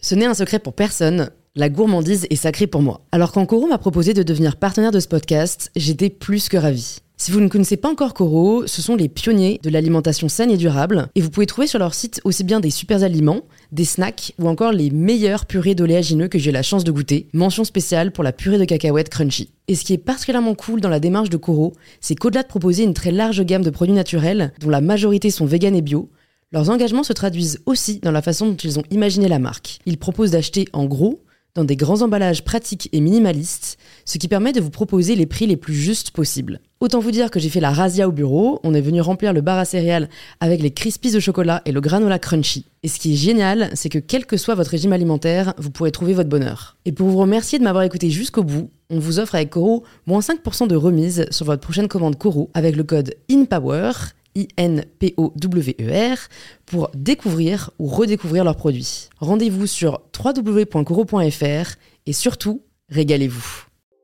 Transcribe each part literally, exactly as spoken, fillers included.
Ce n'est un secret pour personne, la gourmandise est sacrée pour moi. Alors quand Koro m'a proposé de devenir partenaire de ce podcast, j'étais plus que ravie. Si vous ne connaissez pas encore Koro, ce sont les pionniers de l'alimentation saine et durable, et vous pouvez trouver sur leur site aussi bien des super aliments, des snacks ou encore les meilleurs purées d'oléagineux que j'ai eu la chance de goûter. Mention spéciale pour la purée de cacahuètes crunchy. Et ce qui est particulièrement cool dans la démarche de Koro, c'est qu'au-delà de proposer une très large gamme de produits naturels, dont la majorité sont véganes et bio, leurs engagements se traduisent aussi dans la façon dont ils ont imaginé la marque. Ils proposent d'acheter en gros, dans des grands emballages pratiques et minimalistes, ce qui permet de vous proposer les prix les plus justes possibles. Autant vous dire que j'ai fait la razzia au bureau, on est venu remplir le bar à céréales avec les Crispies au chocolat et le granola crunchy. Et ce qui est génial, c'est que quel que soit votre régime alimentaire, vous pourrez trouver votre bonheur. Et pour vous remercier de m'avoir écouté jusqu'au bout, on vous offre avec Koro moins cinq pour cent de remise sur votre prochaine commande Koro avec le code INPOWER, I N P O W E R, pour découvrir ou redécouvrir leurs produits. Rendez-vous sur w w w point koro point f r et surtout, régalez-vous.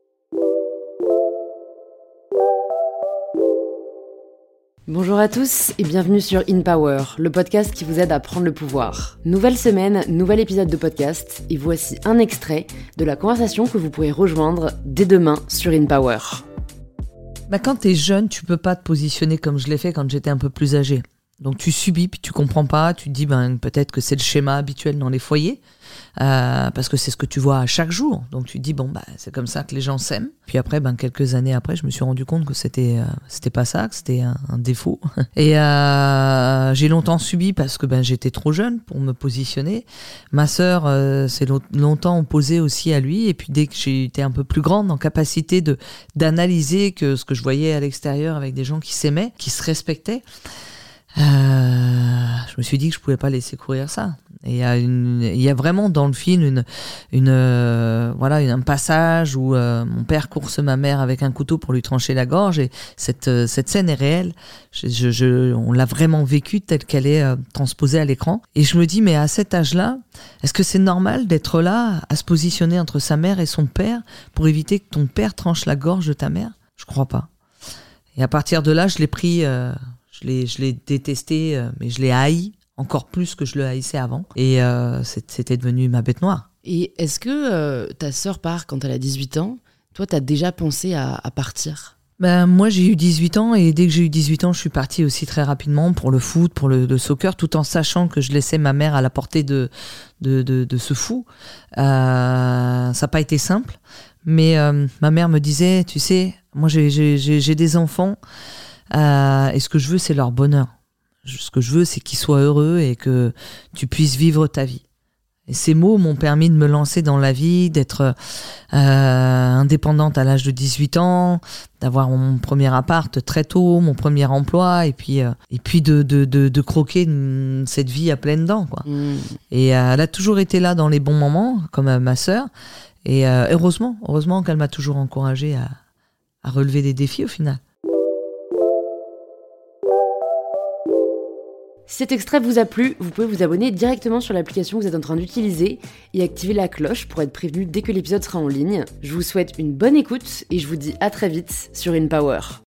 Bonjour à tous et bienvenue sur InPower, le podcast qui vous aide à prendre le pouvoir. Nouvelle semaine, nouvel épisode de podcast et voici un extrait de la conversation que vous pourrez rejoindre dès demain sur InPower. Bah quand t'es jeune, tu peux pas te positionner comme je l'ai fait quand j'étais un peu plus âgée. Donc tu subis, puis tu comprends pas, tu te dis ben peut-être que c'est le schéma habituel dans les foyers, euh, parce que c'est ce que tu vois à chaque jour. Donc tu te dis bon bah c'est comme ça que les gens s'aiment. Puis après ben quelques années après, je me suis rendu compte que c'était euh, c'était pas ça, que c'était un, un défaut. Et euh, j'ai longtemps subi parce que ben j'étais trop jeune pour me positionner. Ma sœur euh, s'est long- longtemps opposée aussi à lui. Et puis dès que j'ai été un peu plus grande, en capacité de d'analyser que ce que je voyais à l'extérieur avec des gens qui s'aimaient, qui se respectaient. Euh, je me suis dit que je pouvais pas laisser courir ça. Et il y a une, il y a vraiment dans le film une, une, euh, voilà, un passage où euh, mon père course ma mère avec un couteau pour lui trancher la gorge. Et cette, euh, cette scène est réelle. Je, je, je, on l'a vraiment vécue telle qu'elle est euh, transposée à l'écran. Et je me dis, mais à cet âge-là, est-ce que c'est normal d'être là, à se positionner entre sa mère et son père pour éviter que ton père tranche la gorge de ta mère ? Je crois pas. Et à partir de là, je l'ai pris. Euh, Je l'ai, je l'ai détesté, euh, mais je l'ai haï encore plus que je le haïssais avant. Et euh, c'était devenu ma bête noire. Et est-ce que euh, ta sœur part quand elle a dix-huit ans ? Toi, t'as déjà pensé à, à partir ? Ben, moi, j'ai eu dix-huit ans et dès que j'ai eu dix-huit ans, je suis partie aussi très rapidement pour le foot, pour le, le soccer, tout en sachant que je laissais ma mère à la portée de, de, de, de ce fou. Euh, ça n'a pas été simple, mais euh, ma mère me disait, tu sais, moi, j'ai, j'ai, j'ai, j'ai des enfants. Euh, et ce que je veux, c'est leur bonheur. Ce que je veux, c'est qu'ils soient heureux et que tu puisses vivre ta vie. Et ces mots m'ont permis de me lancer dans la vie, d'être euh, indépendante à l'âge de dix-huit ans, d'avoir mon premier appart très tôt, mon premier emploi, et puis euh, et puis de de de, de croquer cette vie à pleines dents, quoi. Mmh. Et euh, elle a toujours été là dans les bons moments, comme euh, ma sœur. Et euh, heureusement, heureusement qu'elle m'a toujours encouragée à à relever des défis au final. Si cet extrait vous a plu, vous pouvez vous abonner directement sur l'application que vous êtes en train d'utiliser et activer la cloche pour être prévenu dès que l'épisode sera en ligne. Je vous souhaite une bonne écoute et je vous dis à très vite sur InPower.